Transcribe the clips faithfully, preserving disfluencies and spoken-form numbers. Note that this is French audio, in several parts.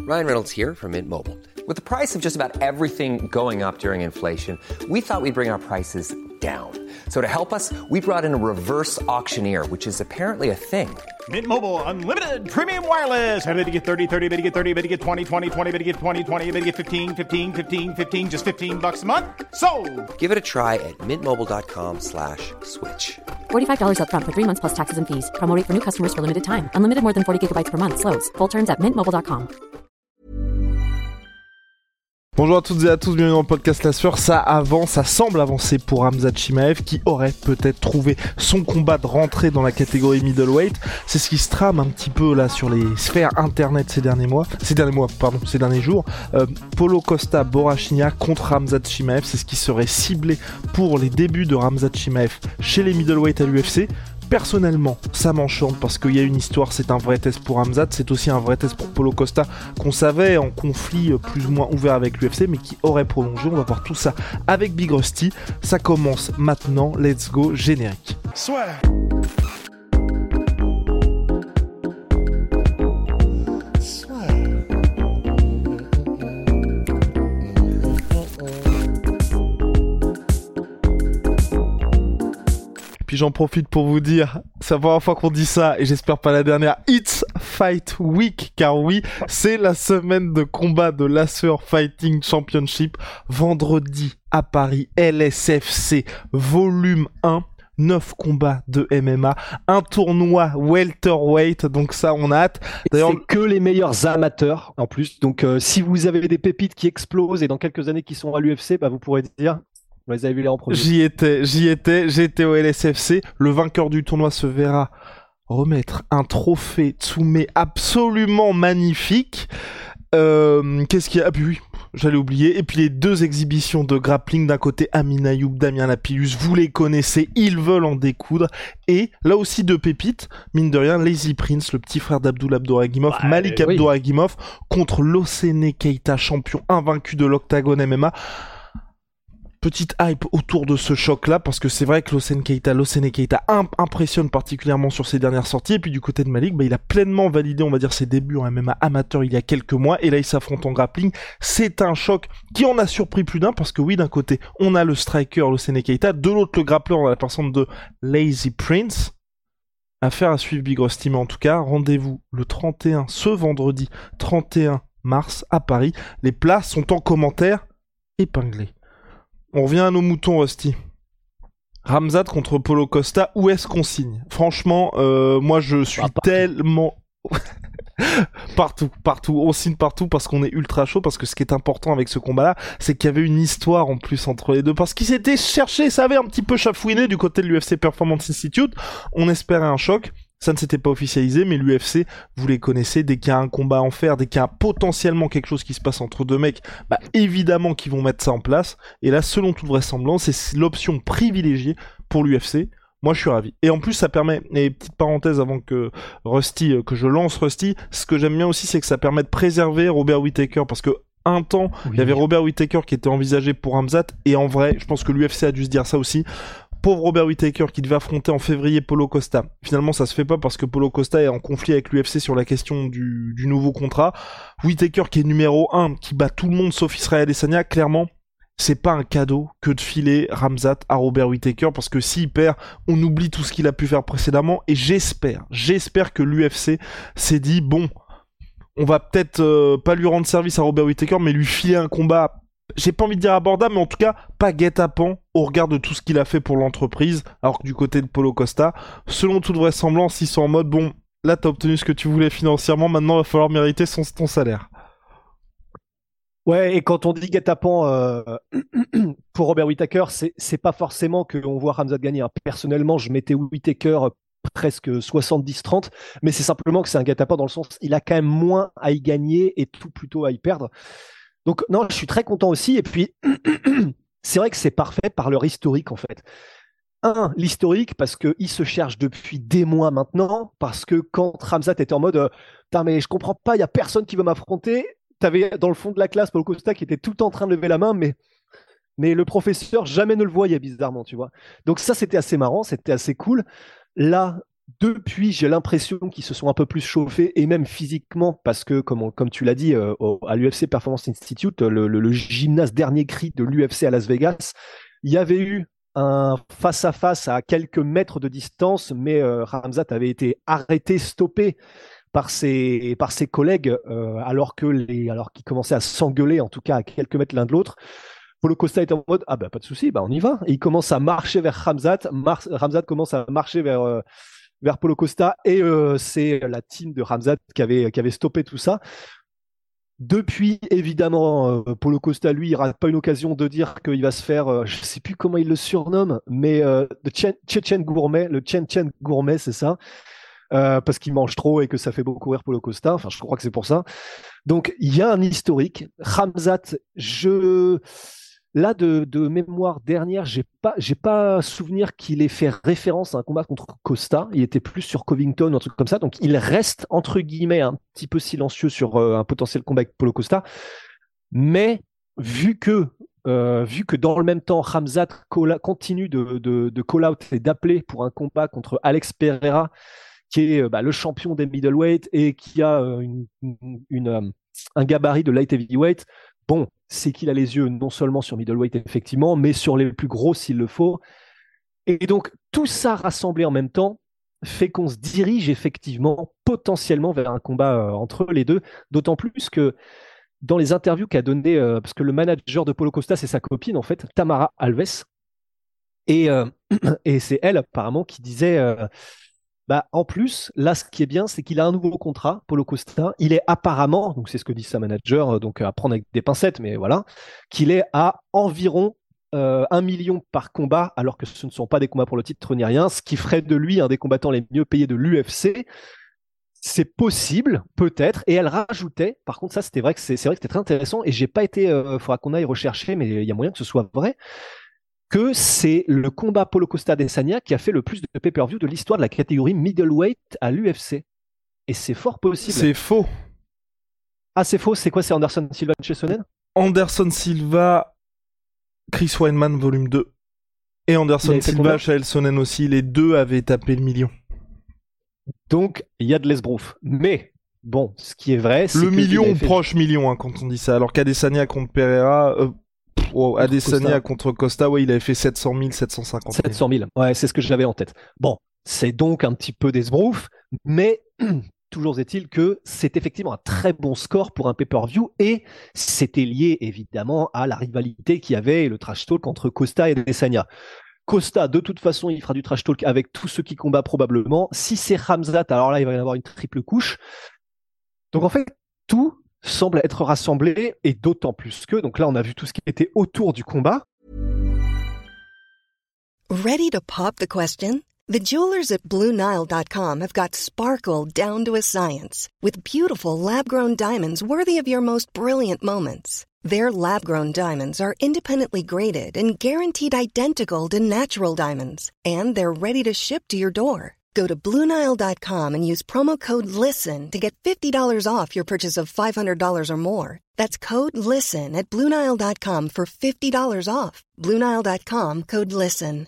Ryan Reynolds here from Mint Mobile. With the price of just about everything going up during inflation, we thought we'd bring our prices down. So to help us, we brought in a reverse auctioneer, which is apparently a thing. Mint Mobile Unlimited Premium Wireless. How to get thirty, thirty, how to get thirty, how to get twenty, twenty, twenty, how to get twenty, twenty, how to get fifteen, fifteen, fifteen, fifteen, just fifteen bucks a month? Sold! Give it a try at mintmobile.com slash switch. forty-five dollars up front for three months plus taxes and fees. Promo rate for new customers for limited time. Unlimited more than forty gigabytes per month. Slows full terms at mint mobile dot com. Bonjour à toutes et à tous, bienvenue dans le podcast La Sueur. Ça avance, ça semble avancer pour Khamzat Chimaev qui aurait peut-être trouvé son combat de rentrée dans la catégorie middleweight. C'est ce qui se trame un petit peu là sur les sphères internet ces derniers mois, ces derniers mois, pardon, ces derniers jours. Euh, Paulo Costa Borrachinha contre Khamzat Chimaev, c'est ce qui serait ciblé pour les débuts de Khamzat Chimaev chez les middleweight à l'U F C. Personnellement, ça m'enchante parce qu'il y a une histoire, c'est un vrai test pour Khamzat, c'est aussi un vrai test pour Paulo Costa qu'on savait en conflit plus ou moins ouvert avec l'U F C mais qui aurait prolongé. On va voir tout ça avec Big Rusty. Ça commence maintenant, let's go, générique. Soit. Puis j'en profite pour vous dire, c'est la première fois qu'on dit ça, et j'espère pas la dernière, It's Fight Week, car oui, c'est la semaine de combat de l'A S U R Fighting Championship, vendredi à Paris, L S F C, volume un, neuf combats de M M A, un tournoi welterweight, donc ça on a hâte. D'ailleurs, c'est que les meilleurs amateurs en plus, donc euh, si vous avez des pépites qui explosent et dans quelques années qui sont à l'U F C, bah, vous pourrez dire... Vous les avez vus là en premier. J'y étais, j'y étais, j'étais au L S F C. Le vainqueur du tournoi se verra remettre un trophée Tsume absolument magnifique. Euh, qu'est-ce qu'il y a? Ah puis oui, j'allais oublier. Et puis les deux exhibitions de grappling, d'un côté Amin Ayoub, Damien Lapillus, vous les connaissez, ils veulent en découdre. Et là aussi deux pépites, mine de rien, Lazy Prince, le petit frère d'Abdul Abdouragimov, ouais, Malik oui. Abdouragimov, contre Losene Keita, champion invaincu de l'Octagone M M A. Petite hype autour de ce choc-là, parce que c'est vrai que Losene Keita, Losene Keita imp- impressionne particulièrement sur ses dernières sorties, et puis du côté de Malik, bah, il a pleinement validé, on va dire, ses débuts en M M A amateur il y a quelques mois, et là il s'affronte en grappling. C'est un choc qui en a surpris plus d'un, parce que oui, d'un côté, on a le striker Losene Keita, de l'autre, le grappleur dans la personne de Lazy Prince. Affaire à suivre Big Rusty, mais en tout cas, rendez-vous le trente et un, ce vendredi trente et un mars, à Paris. Les places sont en commentaire épinglés. On revient à nos moutons, Rusty. Khamzat contre Paulo Costa, où est-ce qu'on signe? Franchement, euh, moi je suis ah, tellement... partout, partout. On signe partout parce qu'on est ultra chaud, parce que ce qui est important avec ce combat-là, c'est qu'il y avait une histoire en plus entre les deux, parce qu'ils s'étaient cherchés, ça avait un petit peu chafouiné du côté de l'U F C Performance Institute. On espérait un choc. Ça ne s'était pas officialisé, mais l'U F C, vous les connaissez, dès qu'il y a un combat à en faire, dès qu'il y a potentiellement quelque chose qui se passe entre deux mecs, bah évidemment qu'ils vont mettre ça en place. Et là, selon toute vraisemblance, c'est l'option privilégiée pour l'U F C. Moi, je suis ravi. Et en plus, ça permet, et petite parenthèse avant que Rusty, que je lance Rusty, ce que j'aime bien aussi, c'est que ça permet de préserver Robert Whittaker, parce que un temps, oui. il y avait Robert Whittaker qui était envisagé pour Khamzat, et en vrai, je pense que l'U F C a dû se dire ça aussi. Pauvre Robert Whittaker qui devait affronter en février Paulo Costa. Finalement, ça se fait pas parce que Paulo Costa est en conflit avec l'U F C sur la question du, du nouveau contrat. Whittaker qui est numéro un, qui bat tout le monde sauf Israël Adesanya, clairement, c'est pas un cadeau que de filer Khamzat à Robert Whittaker, parce que s'il perd, on oublie tout ce qu'il a pu faire précédemment, et j'espère, j'espère que l'U F C s'est dit, bon, on va peut-être euh, pas lui rendre service à Robert Whittaker, mais lui filer un combat, j'ai pas envie de dire abordable, mais en tout cas, pas guet-apens au regard de tout ce qu'il a fait pour l'entreprise, alors que du côté de Paulo Costa, selon toute vraisemblance, ils sont en mode, bon, là t'as obtenu ce que tu voulais financièrement, maintenant il va falloir mériter son, ton salaire. Ouais, et quand on dit guet-apens euh, pour Robert Whittaker, c'est, c'est pas forcément qu'on voit Khamzat gagner. Hein. Personnellement, je mettais Whittaker presque soixante-dix trente, mais c'est simplement que c'est un guet-apens dans le sens, il a quand même moins à y gagner et tout plutôt à y perdre. Donc non, je suis très content aussi, et puis c'est vrai que c'est parfait par leur historique en fait. Un, l'historique, parce qu'il se cherche depuis des mois maintenant, parce que quand Khamzat était en mode euh, « Putain, mais je comprends pas, il n'y a personne qui veut m'affronter », t'avais dans le fond de la classe Paulo Costa qui était tout le temps en train de lever la main, mais, mais le professeur jamais ne le voyait bizarrement, tu vois. Donc ça, c'était assez marrant, c'était assez cool. Là, Depuis, j'ai l'impression qu'ils se sont un peu plus chauffés, et même physiquement, parce que, comme, on- comme tu l'as dit, euh, au- à l'U F C Performance Institute, le, le- le gymnase dernier cri de l'U F C à Las Vegas, il y avait eu un face-à-face à quelques mètres de distance, mais euh, Khamzat avait été arrêté, stoppé par ses, par ses collègues, euh, alors que les, alors qu'ils commençaient à s'engueuler, en tout cas à quelques mètres l'un de l'autre. Polo Costa est en mode ah bah pas de souci, bah on y va. Et il commence à marcher vers Khamzat. Mar- Khamzat commence à marcher vers euh, vers Polo Costa, et euh, c'est la team de Khamzat qui avait qui avait stoppé tout ça. Depuis, évidemment, euh, Polo Costa, lui, il rate pas une occasion de dire qu'il va se faire, euh, je sais plus comment il le surnomme, mais euh, le Tchen- Tchétchène gourmet, le Tchétchène gourmet, c'est ça, euh, parce qu'il mange trop et que ça fait beaucoup rire Polo Costa. Enfin, je crois que c'est pour ça. Donc, il y a un historique. Khamzat, je là de, de mémoire dernière, j'ai pas j'ai pas souvenir qu'il ait fait référence à un combat contre Costa. Il était plus sur Covington ou un truc comme ça. Donc, il reste entre guillemets un petit peu silencieux sur euh, un potentiel combat avec Polo Costa. Mais vu que euh, vu que dans le même temps, Khamzat call- continue de, de, de call out et d'appeler pour un combat contre Alex Pereira, qui est euh, bah, le champion des middleweight et qui a euh, une, une, une, euh, un gabarit de light heavyweight. Bon, c'est qu'il a les yeux non seulement sur middleweight, effectivement, mais sur les plus gros s'il le faut. Et donc, tout ça rassemblé en même temps fait qu'on se dirige effectivement potentiellement vers un combat euh, entre les deux, d'autant plus que dans les interviews qu'a donné, euh, parce que le manager de Polo Costa, c'est sa copine en fait, Tamara Alves, et, euh, et c'est elle apparemment qui disait euh, bah, en plus, là, ce qui est bien, c'est qu'il a un nouveau contrat, Polo Costa. Il est apparemment, donc c'est ce que dit sa manager, euh, donc à prendre avec des pincettes, mais voilà, qu'il est à environ euh, un million par combat, alors que ce ne sont pas des combats pour le titre ni rien, ce qui ferait de lui un des combattants les mieux payés de l'U F C. C'est possible, peut-être. Et elle rajoutait, par contre, ça, c'était vrai que c'est, c'est vrai que c'était très intéressant, et j'ai pas été, il euh, faudra qu'on aille rechercher, mais il y a moyen que ce soit vrai, que c'est le combat Polo Costa Adesanya qui a fait le plus de pay-per-view de l'histoire de la catégorie middleweight à l'U F C. Et c'est fort possible. C'est faux. Ah, c'est faux, c'est quoi? C'est Anderson Silva chez Sonnen? Anderson Silva, Chris Weidman volume deux. Et Anderson Silva, Chael Sonnen aussi, les deux avaient tapé le million. Donc, il y a de l'esbrouf. Mais, bon, ce qui est vrai, c'est le que million ou fait... proche million, hein, quand on dit ça. Alors qu'Adesanya contre Pereira, euh, pff, wow, Adesanya Costa. contre Costa, ouais, il avait fait sept cent mille, sept cent cinquante mille. sept cent mille, ouais, c'est ce que j'avais en tête. Bon, c'est donc un petit peu d'esbrouf, mais toujours est-il que c'est effectivement un très bon score pour un pay-per-view, et c'était lié évidemment à la rivalité qu'il y avait et le trash talk entre Costa et Adesanya. Costa, de toute façon, il fera du trash talk avec tous ceux qui combattent probablement. Si c'est Khamzat, alors là, il va y avoir une triple couche. Donc en fait, tout semble être rassemblé, et d'autant plus que, donc là, on a vu tout ce qui était autour du combat. Ready to pop the question? The jewelers at Blue Nile dot com have got sparkle down to a science with beautiful lab-grown diamonds worthy of your most brilliant moments. Their lab-grown diamonds are independently graded and guaranteed identical to natural diamonds, and they're ready to ship to your door. Go to Blue Nile dot com and use promo code LISTEN to get fifty dollars off your purchase of five hundred dollars or more. That's code LISTEN at Blue Nile dot com for fifty dollars off. Blue Nile dot com, code LISTEN.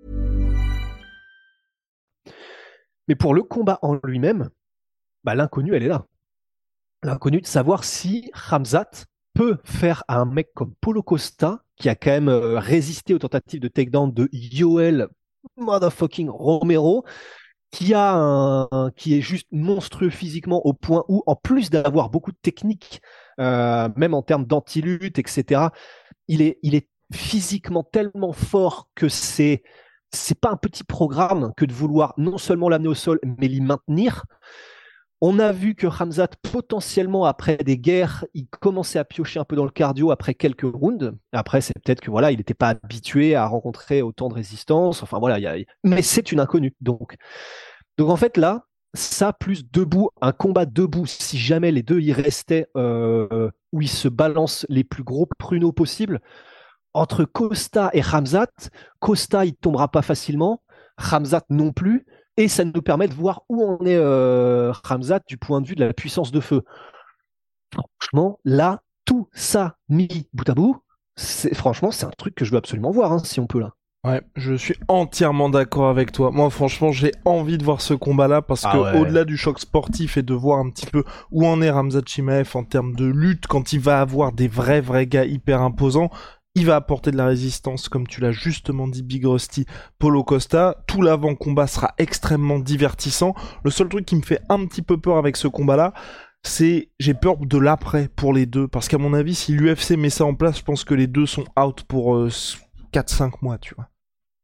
Mais pour le combat en lui-même, bah, l'inconnu, elle est là. L'inconnu de savoir si Khamzat peut faire à un mec comme Polo Costa, qui a quand même euh, résisté aux tentatives de takedown de Yoel motherfucking Romero, qui a un, un- qui est juste monstrueux physiquement au point où, en plus d'avoir beaucoup de technique, euh, même en termes d'anti-lutte, et cetera, il est, il est physiquement tellement fort que c'est c'est pas un petit programme que de vouloir non seulement l'amener au sol, mais l'y maintenir. On a vu que Khamzat, potentiellement, après des guerres, il commençait à piocher un peu dans le cardio après quelques rounds. Après, c'est peut-être que voilà, il n'était pas habitué à rencontrer autant de résistance. Enfin voilà, il y a... mais c'est une inconnue. Donc, donc en fait là, ça plus debout, un combat debout, si jamais les deux y restaient, euh, où ils se balancent les plus gros pruneaux possibles. Entre Costa et Khamzat, Costa, il tombera pas facilement, Khamzat non plus, et ça nous permet de voir où en est euh, Khamzat du point de vue de la puissance de feu. Franchement, là, tout ça mis bout à bout, c'est, franchement, c'est un truc que je veux absolument voir, hein, si on peut là. Ouais, je suis entièrement d'accord avec toi. Moi, franchement, j'ai envie de voir ce combat-là parce Ah que ouais. au-delà du choc sportif et de voir un petit peu où en est Khamzat Chimaev en termes de lutte, quand il va avoir des vrais, vrais gars hyper imposants, il va apporter de la résistance, comme tu l'as justement dit, Big Rusty, Paulo Costa. Tout l'avant-combat sera extrêmement divertissant. Le seul truc qui me fait un petit peu peur avec ce combat-là, c'est j'ai peur de l'après pour les deux. Parce qu'à mon avis, si l'U F C met ça en place, je pense que les deux sont out pour euh, quatre cinq mois, tu vois.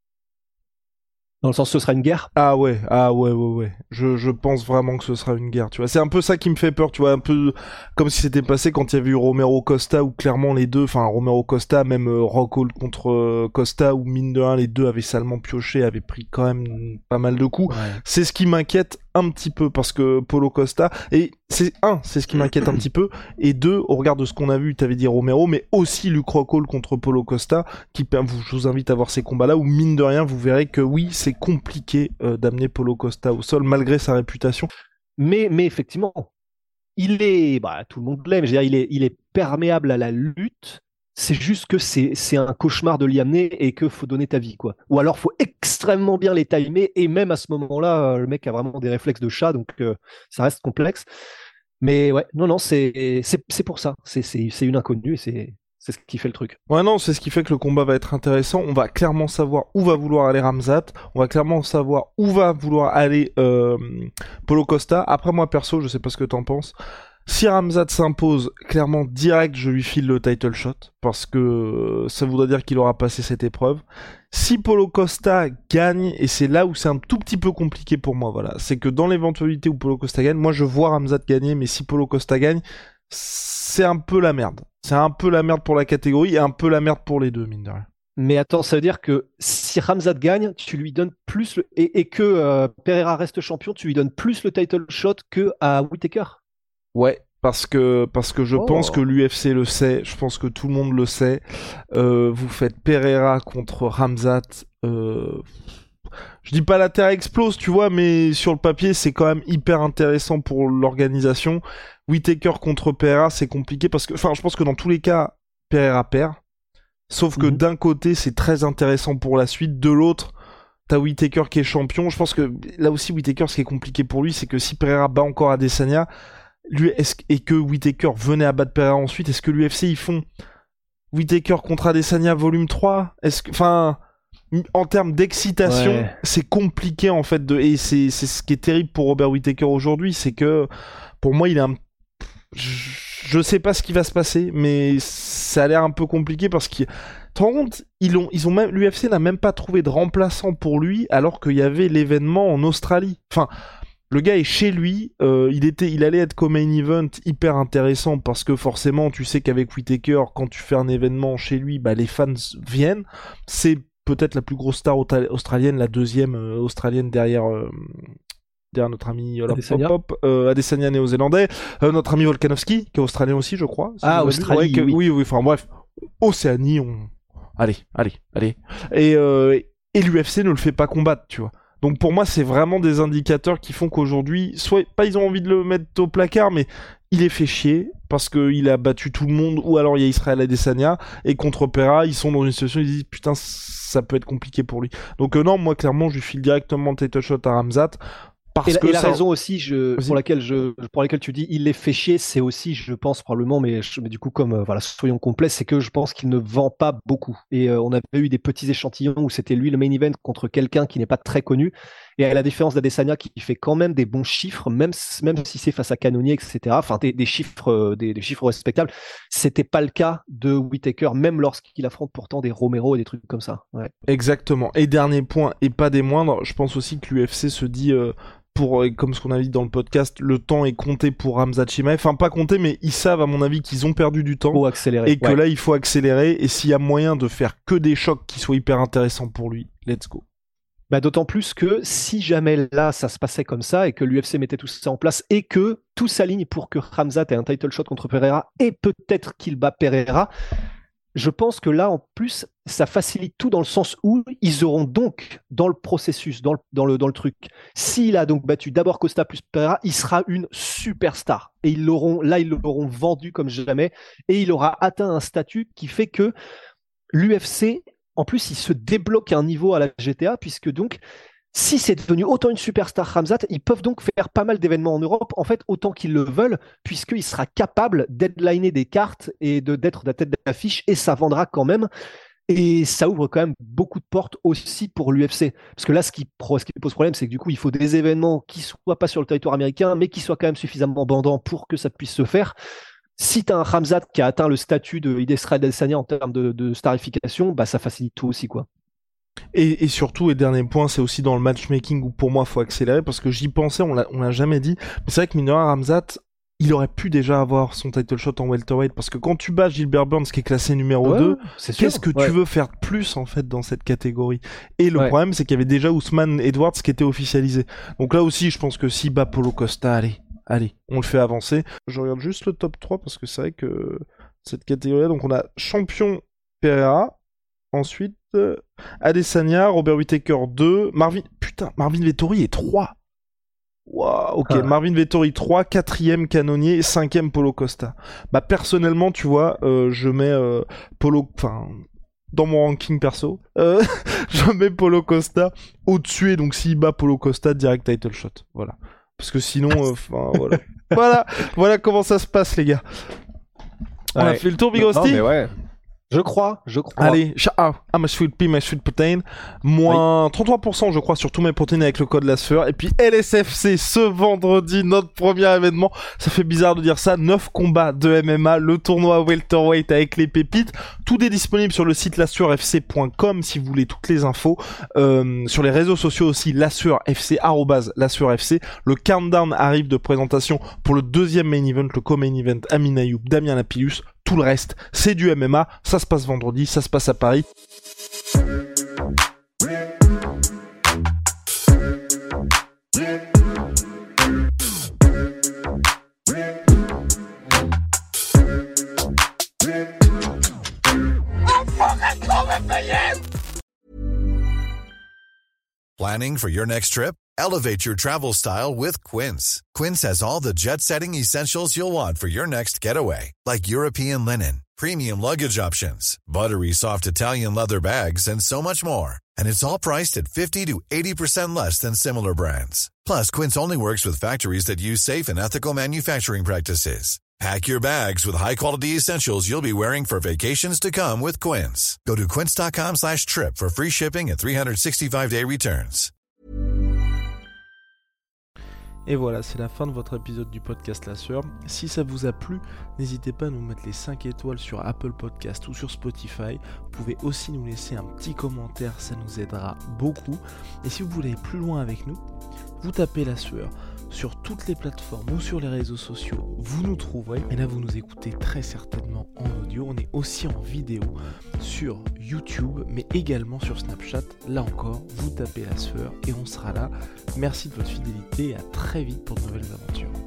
Dans le sens, ce sera une guerre. Ah ouais, ah ouais, ouais, ouais. Je, je pense vraiment que ce sera une guerre, tu vois. C'est un peu ça qui me fait peur, tu vois, un peu comme si c'était passé quand il y avait eu Romero Costa, où clairement les deux, enfin Romero Costa, même euh, Rockhold contre euh, Costa, où mine de rien, les deux avaient salement pioché, avaient pris quand même pas mal de coups. Ouais. C'est ce qui m'inquiète un petit peu, parce que Paulo Costa, et c'est un, c'est ce qui m'inquiète un petit peu, et deux, au regard de ce qu'on a vu, t'avais dit Romero, mais aussi Luke Rockhold contre Paulo Costa, qui, je vous invite à voir ces combats-là, où mine de rien, vous verrez que oui, c'est compliqué euh, d'amener Paulo Costa au sol, malgré sa réputation. Mais, mais effectivement, il est, bah, tout le monde l'aime, je veux dire, il est, il est perméable à la lutte. C'est juste que c'est, c'est un cauchemar de l'y amener et qu'il faut donner ta vie, quoi. Ou alors, faut extrêmement bien les timer, et même à ce moment-là, le mec a vraiment des réflexes de chat, donc euh, ça reste complexe. Mais ouais, non, non, c'est, c'est, c'est pour ça. C'est, c'est, c'est une inconnue et c'est, c'est ce qui fait le truc. Ouais, non, c'est ce qui fait que le combat va être intéressant. On va clairement savoir où va vouloir aller Khamzat. On va clairement savoir où va vouloir aller euh, Paulo Costa. Après, moi, perso, je sais pas ce que t'en penses. Si Khamzat s'impose, clairement, direct, je lui file le title shot, parce que ça voudrait dire qu'il aura passé cette épreuve. Si Paulo Costa gagne, et c'est là où c'est un tout petit peu compliqué pour moi, voilà, c'est que dans l'éventualité où Paulo Costa gagne, moi je vois Khamzat gagner, mais si Paulo Costa gagne, c'est un peu la merde. C'est un peu la merde pour la catégorie, et un peu la merde pour les deux, mine de rien. Mais attends, ça veut dire que si Khamzat gagne, tu lui donnes plus, le... et, et que euh, Pereira reste champion, tu lui donnes plus le title shot que à Whittaker. Ouais, parce que, parce que je Oh. pense que l'U F C le sait, je pense que tout le monde le sait. Euh, vous faites Pereira contre Khamzat. Euh... Je dis pas la terre explose, tu vois, mais sur le papier, c'est quand même hyper intéressant pour l'organisation. Whittaker contre Pereira, c'est compliqué parce que, enfin, je pense que dans tous les cas, Pereira perd. Sauf que Mhm. d'un côté, c'est très intéressant pour la suite. De l'autre, t'as Whittaker qui est champion. Je pense que là aussi, Whittaker, ce qui est compliqué pour lui, c'est que si Pereira bat encore Adesanya, lui, est-ce, et que Whittaker venait à battre Pereira ensuite, est-ce que l'U F C ils font Whittaker contre Adesanya volume trois? Est-ce que, enfin, en termes d'excitation, Ouais. c'est compliqué en fait de, et c'est, c'est ce qui est terrible pour Robert Whittaker aujourd'hui, c'est que pour moi il est un, je, je sais pas ce qui va se passer, mais ça a l'air un peu compliqué parce qu'il, tu te rends compte, ils ont, ils ont même, l'U F C n'a même pas trouvé de remplaçant pour lui alors qu'il y avait l'événement en Australie. Enfin. Le gars est chez lui, euh, il était, il allait être comme main event hyper intéressant parce que forcément, tu sais qu'avec Whittaker, quand tu fais un événement chez lui, bah les fans viennent. C'est peut-être la plus grosse star australienne, la deuxième euh, australienne derrière, euh, derrière notre ami euh, Adesanya. Pop, Pop, euh, Adesanya néo-zélandais, euh, notre ami Volkanovski qui est australien aussi, je crois. si Ah, je m'abuse. Australie, Ouais, que- oui. oui, oui. Enfin bref, Océanie, on, allez, allez, allez. Et euh, et l'U F C ne le fait pas combattre, tu vois. Donc pour moi, c'est vraiment des indicateurs qui font qu'aujourd'hui, soit pas ils ont envie de le mettre au placard, mais il est fait chier parce qu'il a battu tout le monde, ou alors il y a Israël Adesanya, et contre Pereira, ils sont dans une situation où ils disent putain, ça peut être compliqué pour lui. Donc euh, non, moi clairement, je lui file directement le title shot à Khamzat. Parce Et la, que et la ça... raison aussi je, Vas-y. pour, laquelle je, pour laquelle tu dis il les fait chier, c'est aussi, je pense probablement, mais, je- mais du coup, comme euh, voilà, soyons complets, c'est que je pense qu'il ne vend pas beaucoup. Et euh, on avait eu des petits échantillons où c'était lui le main event contre quelqu'un qui n'est pas très connu. Et à la différence d'Adesanya qui fait quand même des bons chiffres, même, même si c'est face à Cannonier, et cetera. Enfin, des, des chiffres, euh, des, des chiffres respectables. C'était pas le cas de Whittaker, même lorsqu'il affronte pourtant des Romero et des trucs comme ça. Ouais. Exactement. Et dernier point, et pas des moindres, je pense aussi que l'U F C se dit, euh, pour, euh, comme ce qu'on a dit dans le podcast, le temps est compté pour Khamzat Chimaev. Enfin, pas compté, mais ils savent, à mon avis, qu'ils ont perdu du temps. Faut accélérer. Et que Ouais. là, il faut accélérer. Et s'il y a moyen de faire que des chocs qui soient hyper intéressants pour lui, let's go. Bah, d'autant plus que si jamais là ça se passait comme ça et que l'U F C mettait tout ça en place et que tout s'aligne pour que Khamzat ait un title shot contre Pereira et peut-être qu'il bat Pereira, je pense que là en plus ça facilite tout dans le sens où ils auront donc dans le processus, dans le, dans le, dans le truc, s'il a donc battu d'abord Costa plus Pereira, il sera une superstar et ils l'auront, là ils l'auront vendu comme jamais et il aura atteint un statut qui fait que l'U F C en plus, il se débloque un niveau à la G T A, puisque donc, si c'est devenu autant une superstar Ramzat, ils peuvent donc faire pas mal d'événements en Europe, en fait, autant qu'ils le veulent, puisqu'il sera capable d'headliner des cartes et de, d'être de la tête d'affiche, et ça vendra quand même. Et ça ouvre quand même beaucoup de portes aussi pour l'U F C. Parce que là, ce qui, ce qui pose problème, c'est que du coup, il faut des événements qui soient pas sur le territoire américain, mais qui soient quand même suffisamment bandants pour que ça puisse se faire. Si tu as un Ramzat qui a atteint le statut de Israël Adesanya en termes de, de starification, bah, ça facilite tout aussi, quoi. Et, et surtout, et dernier point, c'est aussi dans le matchmaking où pour moi, il faut accélérer, parce que j'y pensais, on l'a, on l'a jamais dit, mais c'est vrai que mine de rien, Ramzat, il aurait pu déjà avoir son title shot en welterweight, parce que quand tu bats Gilbert Burns qui est classé numéro ouais, deux, c'est qu'est-ce sûr. que ouais. tu veux faire de plus en fait dans cette catégorie? Et le ouais. problème c'est qu'il y avait déjà Ousmane Edwards qui était officialisé. Donc là aussi je pense que si bat Paulo Costa, allez, allez, on le fait avancer. Je regarde juste le top trois parce que c'est vrai que cette catégorie-là, donc on a champion Pereira, ensuite euh, Adesanya, Robert Whittaker deux, Marvin, putain, Marvin Vettori est trois. Wow, ok, ah. Marvin Vettori trois, quatrième Cannonier, cinquième Paulo Costa. Bah personnellement, tu vois, euh, je mets euh, Paulo, enfin dans mon ranking perso, euh, je mets Paulo Costa au-dessus et donc s'il bat Paulo Costa, direct title shot. Voilà, parce que sinon, enfin euh, voilà, voilà, voilà comment ça se passe les gars. On ouais. a fait le tour, Big Rusty. Non mais ouais. Je crois, je crois. Allez, ah, I'm a sweet pea, my sweet protein. Moins oui. trente-trois pour cent, je crois, sur tous mes protéines avec le code LASFEUR. Et puis L S F C, ce vendredi, notre premier événement. Ça fait bizarre de dire ça. neuf combats de M M A, le tournoi welterweight avec les pépites. Tout est disponible sur le site la sueur f c point com si vous voulez toutes les infos. Euh, sur les réseaux sociaux aussi, LaSueurFC, arrobase LaSueurFC. Le countdown arrive de présentation pour le deuxième main event, le co-main event, Amin Ayoub, Damien Lapillus. Tout le reste, c'est du M M A, ça se passe vendredi, ça se passe à Paris. Planning for your next trip? Elevate your travel style with Quince. Quince has all the jet-setting essentials you'll want for your next getaway, like European linen, premium luggage options, buttery soft Italian leather bags, and so much more. And it's all priced at fifty to eighty percent less than similar brands. Plus, Quince only works with factories that use safe and ethical manufacturing practices. Pack your bags with high-quality essentials you'll be wearing for vacations to come with Quince. Go to quince.com slash trip for free shipping and three sixty-five day returns. Et voilà, c'est la fin de votre épisode du podcast La Sueur. Si ça vous a plu, n'hésitez pas à nous mettre les cinq étoiles sur Apple Podcast ou sur Spotify. Vous pouvez aussi nous laisser un petit commentaire, ça nous aidera beaucoup. Et si vous voulez aller plus loin avec nous, vous tapez La Sueur sur toutes les plateformes ou sur les réseaux sociaux, vous nous trouverez. Et là, vous nous écoutez très certainement en audio. On est aussi en vidéo sur YouTube, mais également sur Snapchat. Là encore, vous tapez La Sueur et on sera là. Merci de votre fidélité et à très vite pour de nouvelles aventures.